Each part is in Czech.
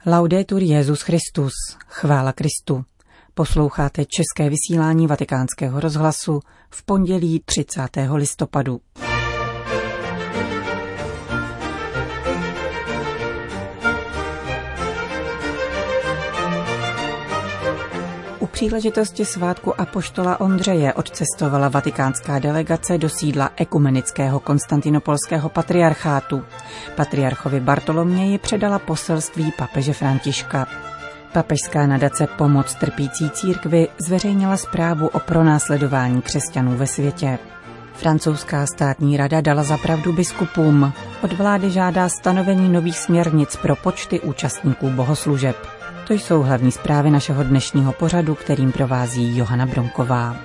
Laudetur Jesus Christus, chvála Kristu. Posloucháte české vysílání Vatikánského rozhlasu v pondělí 30. listopadu. U příležitosti svátku apoštola Ondřeje odcestovala vatikánská delegace do sídla ekumenického konstantinopolského patriarchátu. Patriarchovi Bartoloměji předala poselství papeže Františka. Papežská nadace Pomoc trpící církvi zveřejnila zprávu o pronásledování křesťanů ve světě. Francouzská státní rada dala za pravdu biskupům. Od vlády žádá stanovení nových směrnic pro počty účastníků bohoslužeb. To jsou hlavní zprávy našeho dnešního pořadu, kterým provází Johana Bronková.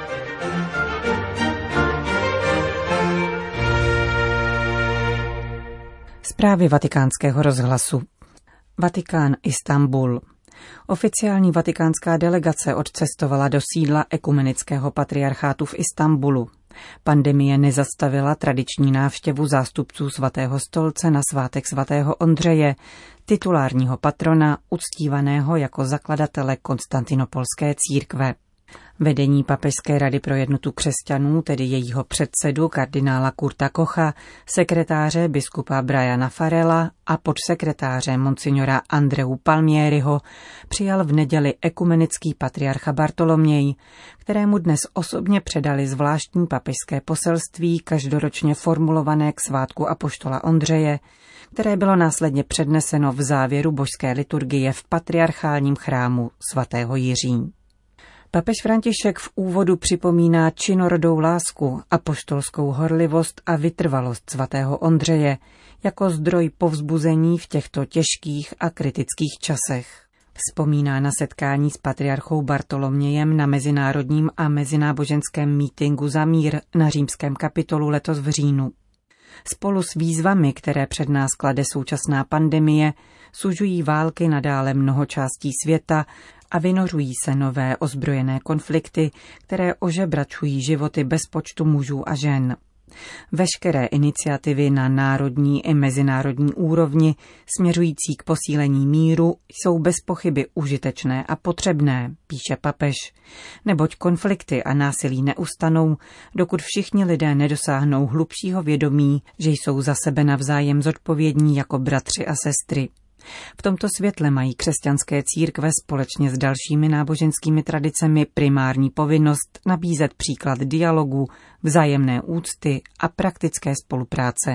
Zprávy Vatikánského rozhlasu. Vatikán, Istanbul. Oficiální vatikánská delegace odcestovala do sídla ekumenického patriarchátu v Istanbulu. Pandemie nezastavila tradiční návštěvu zástupců Svatého stolce na svátek svatého Ondřeje, titulárního patrona, uctívaného jako zakladatele konstantinopolské církve. Vedení Papežské rady pro jednotu křesťanů, tedy jejího předsedu kardinála Kurta Kocha, sekretáře biskupa Briana Farrella a podsekretáře monsignora Andreu Palmieriho, přijal v neděli ekumenický patriarcha Bartoloměj, kterému dnes osobně předali zvláštní papežské poselství každoročně formulované k svátku apoštola Ondřeje, které bylo následně předneseno v závěru božské liturgie v patriarchálním chrámu svatého Jiří. Papež František v úvodu připomíná činorodou lásku, apoštolskou horlivost a vytrvalost svatého Ondřeje jako zdroj povzbuzení v těchto těžkých a kritických časech. Vzpomíná na setkání s patriarchou Bartolomějem na mezinárodním a mezináboženském mítinku za mír na římském Kapitolu letos v říjnu. Spolu s výzvami, které před nás klade současná pandemie, sužují války nadále mnoho částí světa a vynořují se nové ozbrojené konflikty, které ožebračují životy bez počtu mužů a žen. Veškeré iniciativy na národní i mezinárodní úrovni směřující k posílení míru jsou bez pochyby užitečné a potřebné, píše papež, neboť konflikty a násilí neustanou, dokud všichni lidé nedosáhnou hlubšího vědomí, že jsou za sebe navzájem zodpovědní jako bratři a sestry. V tomto světle mají křesťanské církve společně s dalšími náboženskými tradicemi primární povinnost nabízet příklad dialogu, vzájemné úcty a praktické spolupráce,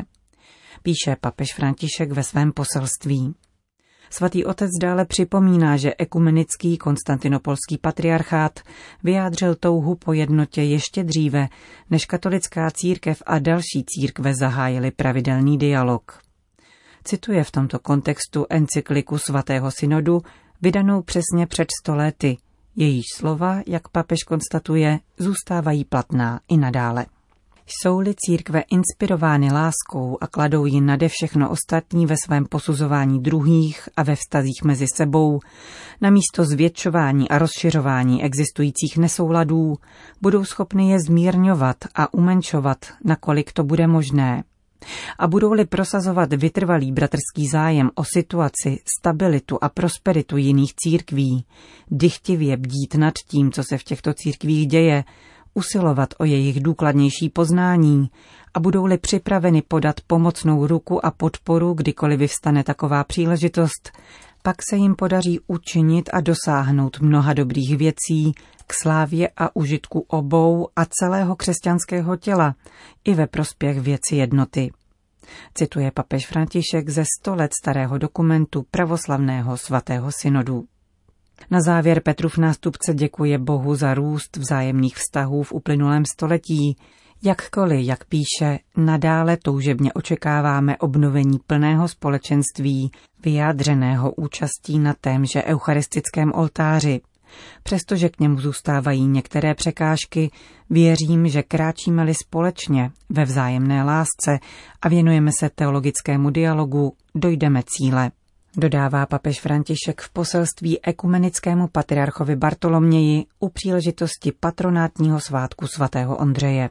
píše papež František ve svém poselství. Svatý otec dále připomíná, že ekumenický konstantinopolský patriarchát vyjádřil touhu po jednotě ještě dříve, než katolická církev a další církve zahájily pravidelný dialog. Cituje v tomto kontextu encykliku svatého synodu, vydanou přesně před 100 lety. Jejíž slova, jak papež konstatuje, zůstávají platná i nadále. Jsou-li církve inspirovány láskou a kladou ji nade všechno ostatní ve svém posuzování druhých a ve vztazích mezi sebou, namísto zvětšování a rozšiřování existujících nesouladů, budou schopny je zmírňovat a umenšovat, nakolik to bude možné. A budou-li prosazovat vytrvalý bratrský zájem o situaci, stabilitu a prosperitu jiných církví, dychtivě bdít nad tím, co se v těchto církvích děje, usilovat o jejich důkladnější poznání a budou-li připraveni podat pomocnou ruku a podporu, kdykoliv vyvstane taková příležitost, pak se jim podaří učinit a dosáhnout mnoha dobrých věcí k slávě a užitku obou a celého křesťanského těla i ve prospěch věci jednoty. Cituje papež František ze 100 let starého dokumentu pravoslavného svatého synodu. Na závěr Petrův nástupce děkuje Bohu za růst vzájemných vztahů v uplynulém století. Jakkoliv, jak píše, nadále toužebně očekáváme obnovení plného společenství, vyjádřeného účastí na témže eucharistickém oltáři. Přestože k němu zůstávají některé překážky, věřím, že kráčíme-li společně ve vzájemné lásce a věnujeme se teologickému dialogu, dojdeme cíle. Dodává papež František v poselství ekumenickému patriarchovi Bartoloměji u příležitosti patronátního svátku svatého Ondřeje.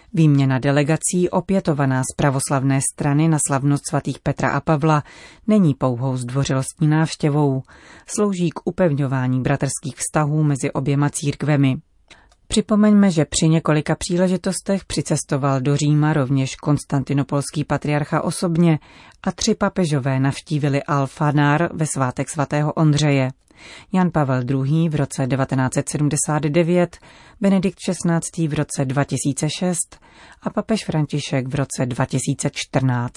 Výměna delegací opětovaná z pravoslavné strany na slavnost svatých Petra a Pavla není pouhou zdvořilostní návštěvou, slouží k upevňování bratrských vztahů mezi oběma církvemi. Připomeňme, že při několika příležitostech přicestoval do Říma rovněž konstantinopolský patriarcha osobně a 3 papežové navštívili Al-Fanar ve svátek svatého Ondřeje. Jan Pavel II. V roce 1979, Benedikt XVI. V roce 2006 a papež František v roce 2014.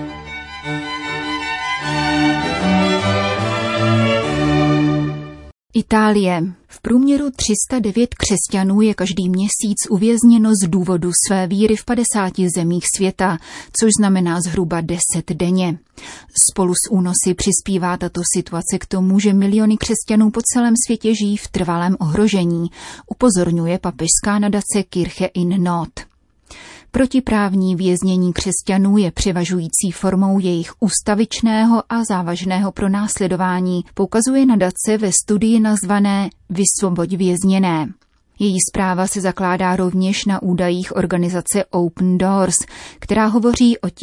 Itálie. V průměru 309 křesťanů je každý měsíc uvězněno z důvodu své víry v 50 zemích světa, což znamená zhruba 10 denně. Spolu s únosy přispívá tato situace k tomu, že miliony křesťanů po celém světě žijí v trvalém ohrožení, upozorňuje papežská nadace Kirche in Not. Protiprávní věznění křesťanů je převažující formou jejich ústavičného a závažného pronásledování, poukazuje nadace ve studii nazvané Vysvoboď vězněné. Její zpráva se zakládá rovněž na údajích organizace Open Doors, která hovoří o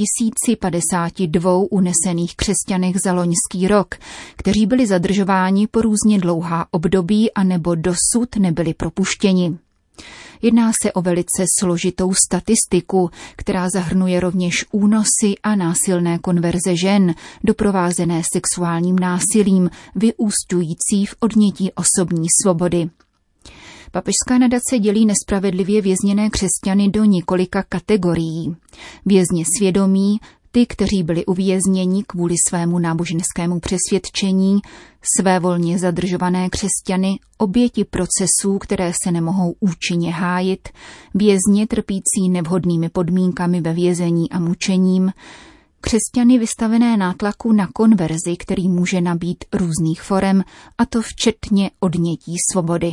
1052 unesených křesťanech za loňský rok, kteří byli zadržováni po různě dlouhá období a nebo dosud nebyli propuštěni. Jedná se o velice složitou statistiku, která zahrnuje rovněž únosy a násilné konverze žen, doprovázené sexuálním násilím, vyúsťující v odnětí osobní svobody. Papežská nadace dělí nespravedlivě vězněné křesťany do několika kategorií. Vězně svědomí, ty, kteří byli uvězněni kvůli svému náboženskému přesvědčení, svévolně zadržované křesťany, oběti procesů, které se nemohou účinně hájit, vězně trpící nevhodnými podmínkami ve vězení a mučením, křesťany vystavené nátlaku na konverzi, který může nabýt různých forem, a to včetně odnětí svobody.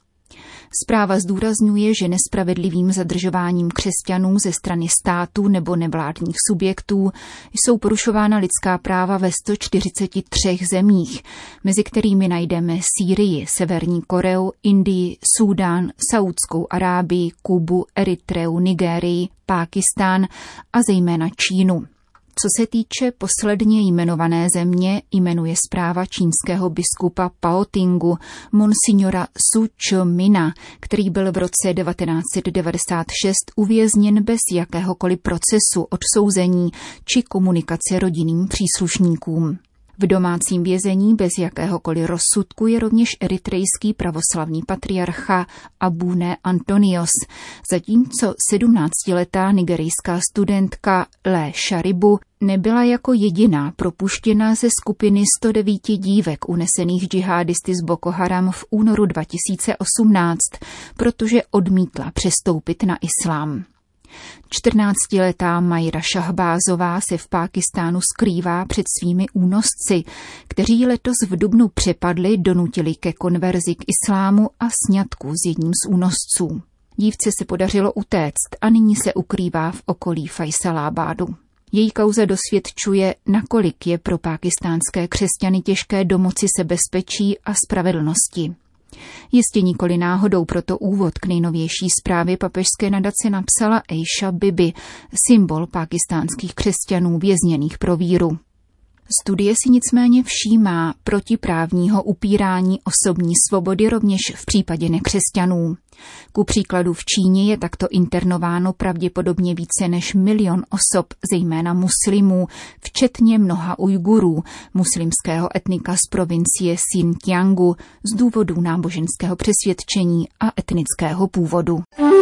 Zpráva zdůrazňuje, že nespravedlivým zadržováním křesťanů ze strany států nebo nevládních subjektů jsou porušována lidská práva ve 143 zemích, mezi kterými najdeme Sýrii, Severní Koreu, Indii, Súdán, Saúdskou Arábii, Kubu, Eritreu, Nigérii, Pákistán a zejména Čínu. Co se týče posledně jmenované země, jmenuje zpráva čínského biskupa Paotingu, monsignora Su Chimina, který byl v roce 1996 uvězněn bez jakéhokoliv procesu odsouzení či komunikace rodinným příslušníkům. V domácím vězení bez jakéhokoliv rozsudku je rovněž eritrejský pravoslavný patriarcha Abune Antonios, zatímco 17letá nigerijská studentka Le Sharibu nebyla jako jediná propuštěna ze skupiny 109 dívek unesených džihadisty z Boko Haram v únoru 2018, protože odmítla přestoupit na islám. 14letá Majra Šahbázová se v Pákistánu skrývá před svými únosci, kteří letos v dubnu přepadli, donutili ke konverzi k islámu a sňatku s jedním z únosců. Dívce se podařilo utéct a nyní se ukrývá v okolí Faisalábádu. Její kauza dosvědčuje, nakolik je pro pákistánské křesťany těžké domoci se bezpečí a spravedlnosti. Jistě nikoli náhodou proto úvod k nejnovější zprávě papežské nadace napsala Aisha Bibi, symbol pákistánských křesťanů vězněných pro víru. Studie si nicméně všímá protiprávního upírání osobní svobody rovněž v případě nekřesťanů. Ku příkladu v Číně je takto internováno pravděpodobně více než 1 milion osob, zejména muslimů, včetně mnoha Ujgurů, muslimského etnika z provincie Xinjiangu, z důvodu náboženského přesvědčení a etnického původu.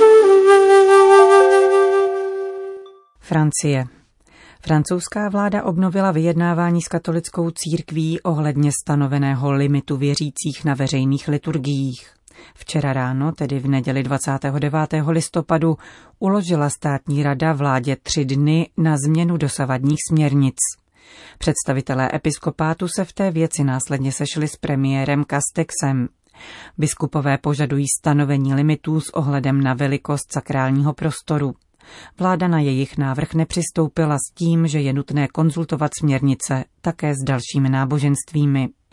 Francie. Francouzská vláda obnovila vyjednávání s katolickou církví ohledně stanoveného limitu věřících na veřejných liturgiích. Včera ráno, tedy v neděli 29. listopadu, uložila státní rada vládě 3 dny na změnu dosavadních směrnic. Představitelé episkopátu se v té věci následně sešli s premiérem Castexem. Biskupové požadují stanovení limitů s ohledem na velikost sakrálního prostoru. Vláda na jejich návrh nepřistoupila s tím, že je nutné konzultovat směrnice také s dalšími náboženstvími.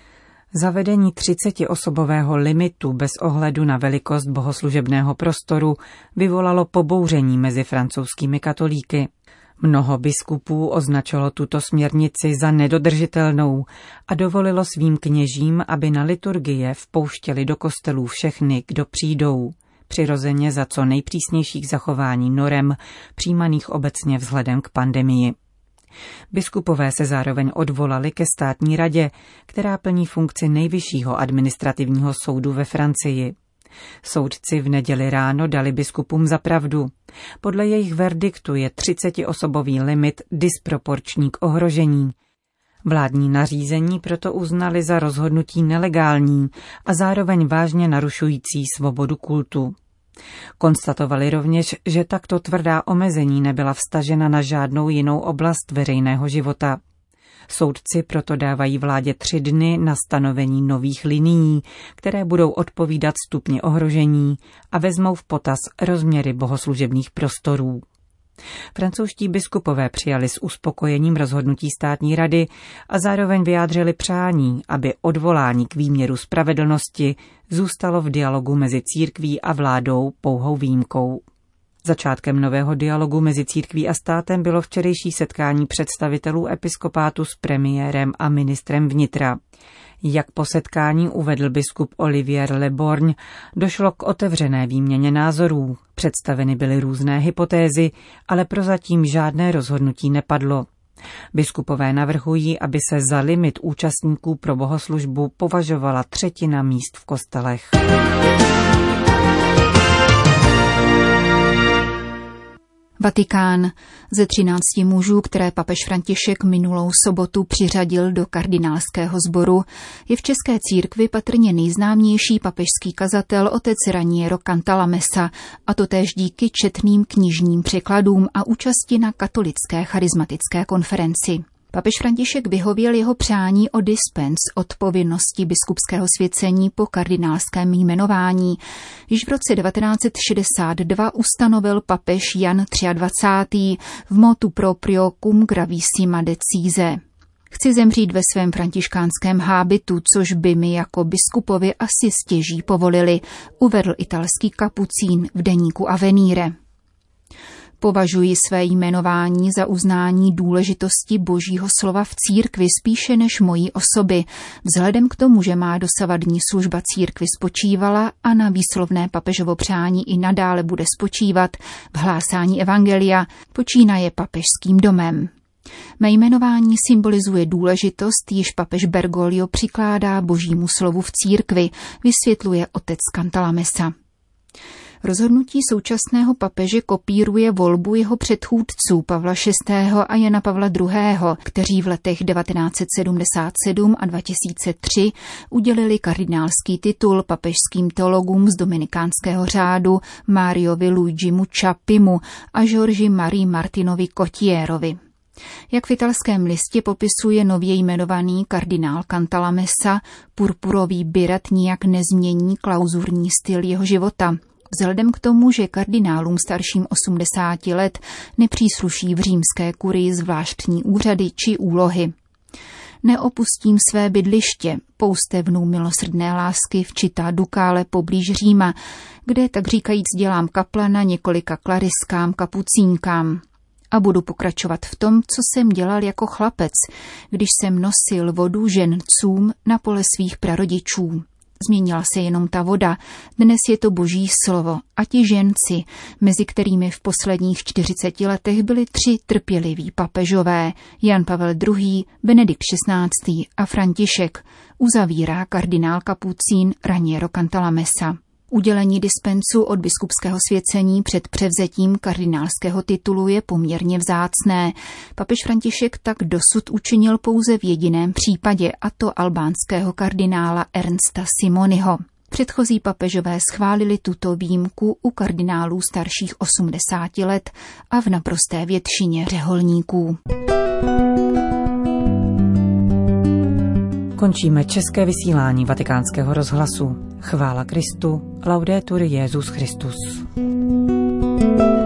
Zavedení 30-osobového limitu bez ohledu na velikost bohoslužebného prostoru vyvolalo pobouření mezi francouzskými katolíky. Mnoho biskupů označilo tuto směrnici za nedodržitelnou a dovolilo svým kněžím, aby na liturgie vpouštěli do kostelů všechny, kdo přijdou, přirozeně za co nejpřísnějších zachování norem, přijímaných obecně vzhledem k pandemii. Biskupové se zároveň odvolali ke státní radě, která plní funkci nejvyššího administrativního soudu ve Francii. Soudci v neděli ráno dali biskupům za pravdu. Podle jejich verdiktu je 30-osobový limit disproporční k ohrožení. Vládní nařízení proto uznali za rozhodnutí nelegální a zároveň vážně narušující svobodu kultu. Konstatovali rovněž, že takto tvrdá omezení nebyla vztažena na žádnou jinou oblast veřejného života. Soudci proto dávají vládě 3 dny na stanovení nových linií, které budou odpovídat stupni ohrožení a vezmou v potaz rozměry bohoslužebných prostorů. Francouzští biskupové přijali s uspokojením rozhodnutí státní rady a zároveň vyjádřili přání, aby odvolání k výměru spravedlnosti zůstalo v dialogu mezi církví a vládou pouhou výjimkou. Začátkem nového dialogu mezi církví a státem bylo včerejší setkání představitelů episkopátu s premiérem a ministrem vnitra. Jak po setkání uvedl biskup Olivier Le Borgne, došlo k otevřené výměně názorů. Představeny byly různé hypotézy, ale prozatím žádné rozhodnutí nepadlo. Biskupové navrhují, aby se za limit účastníků pro bohoslužbu považovala 1/3 míst v kostelech. Vatikán. Ze 13 mužů, které papež František minulou sobotu přiřadil do kardinálského sboru, je v české církvi patrně nejznámější papežský kazatel otec Raniero Cantalamessa, a to též díky četným knižním překladům a účasti na katolické charismatické konferenci. Papež František vyhověl jeho přání o dispens od povinnosti biskupského svěcení po kardinálském jmenování. Již v roce 1962 ustanovil papež Jan 23. v motu proprio cum gravissima decise. Chci zemřít ve svém františkánském hábitu, což by mi jako biskupovi asi stěží povolili, uvedl italský kapucín v deníku Avvenire. Považuji své jmenování za uznání důležitosti Božího slova v církvi spíše než mojí osoby, vzhledem k tomu, že má dosavadní služba církvi spočívala a na výslovné papežovo přání i nadále bude spočívat v hlásání evangelia, počínaje papežským domem. Mé jmenování symbolizuje důležitost, již papež Bergoglio přikládá Božímu slovu v církvi, vysvětluje otec Cantalamessa. Rozhodnutí současného papeže kopíruje volbu jeho předchůdců Pavla VI. A Jana Pavla II., kteří v letech 1977 a 2003 udělili kardinálský titul papežským teologům z dominikánského řádu Mariovi Luigimu Ciappimu a Georgi Marii Martinovi Cottierovi. Jak v italském listě popisuje nově jmenovaný kardinál Cantalamessa, purpurový biret nijak nezmění klauzurní styl jeho života. Vzhledem k tomu, že kardinálům starším 80 let nepřísluší v římské kurii zvláštní úřady či úlohy. Neopustím své bydliště, poustevnu milosrdné lásky v Città Ducale poblíž Říma, kde tak říkajíc dělám kaplana několika klariskám kapucínkám. A budu pokračovat v tom, co jsem dělal jako chlapec, když jsem nosil vodu žencům na pole svých prarodičů. Změnila se jenom ta voda, dnes je to Boží slovo a ti ženci, mezi kterými v posledních 40 letech byli 3 trpěliví papežové, Jan Pavel II., Benedikt XVI. A František, uzavírá kardinál kapucín Raniero Cantalamessa. Udělení dispensu od biskupského svěcení před převzetím kardinálského titulu je poměrně vzácné. Papež František tak dosud učinil pouze v jediném případě, a to albánského kardinála Ernsta Simoniho. Předchozí papežové schválili tuto výjimku u kardinálů starších 80 let a v naprosté většině řeholníků. Končíme české vysílání Vatikánského rozhlasu. Chvála Kristu, laudetur Jesus Christus.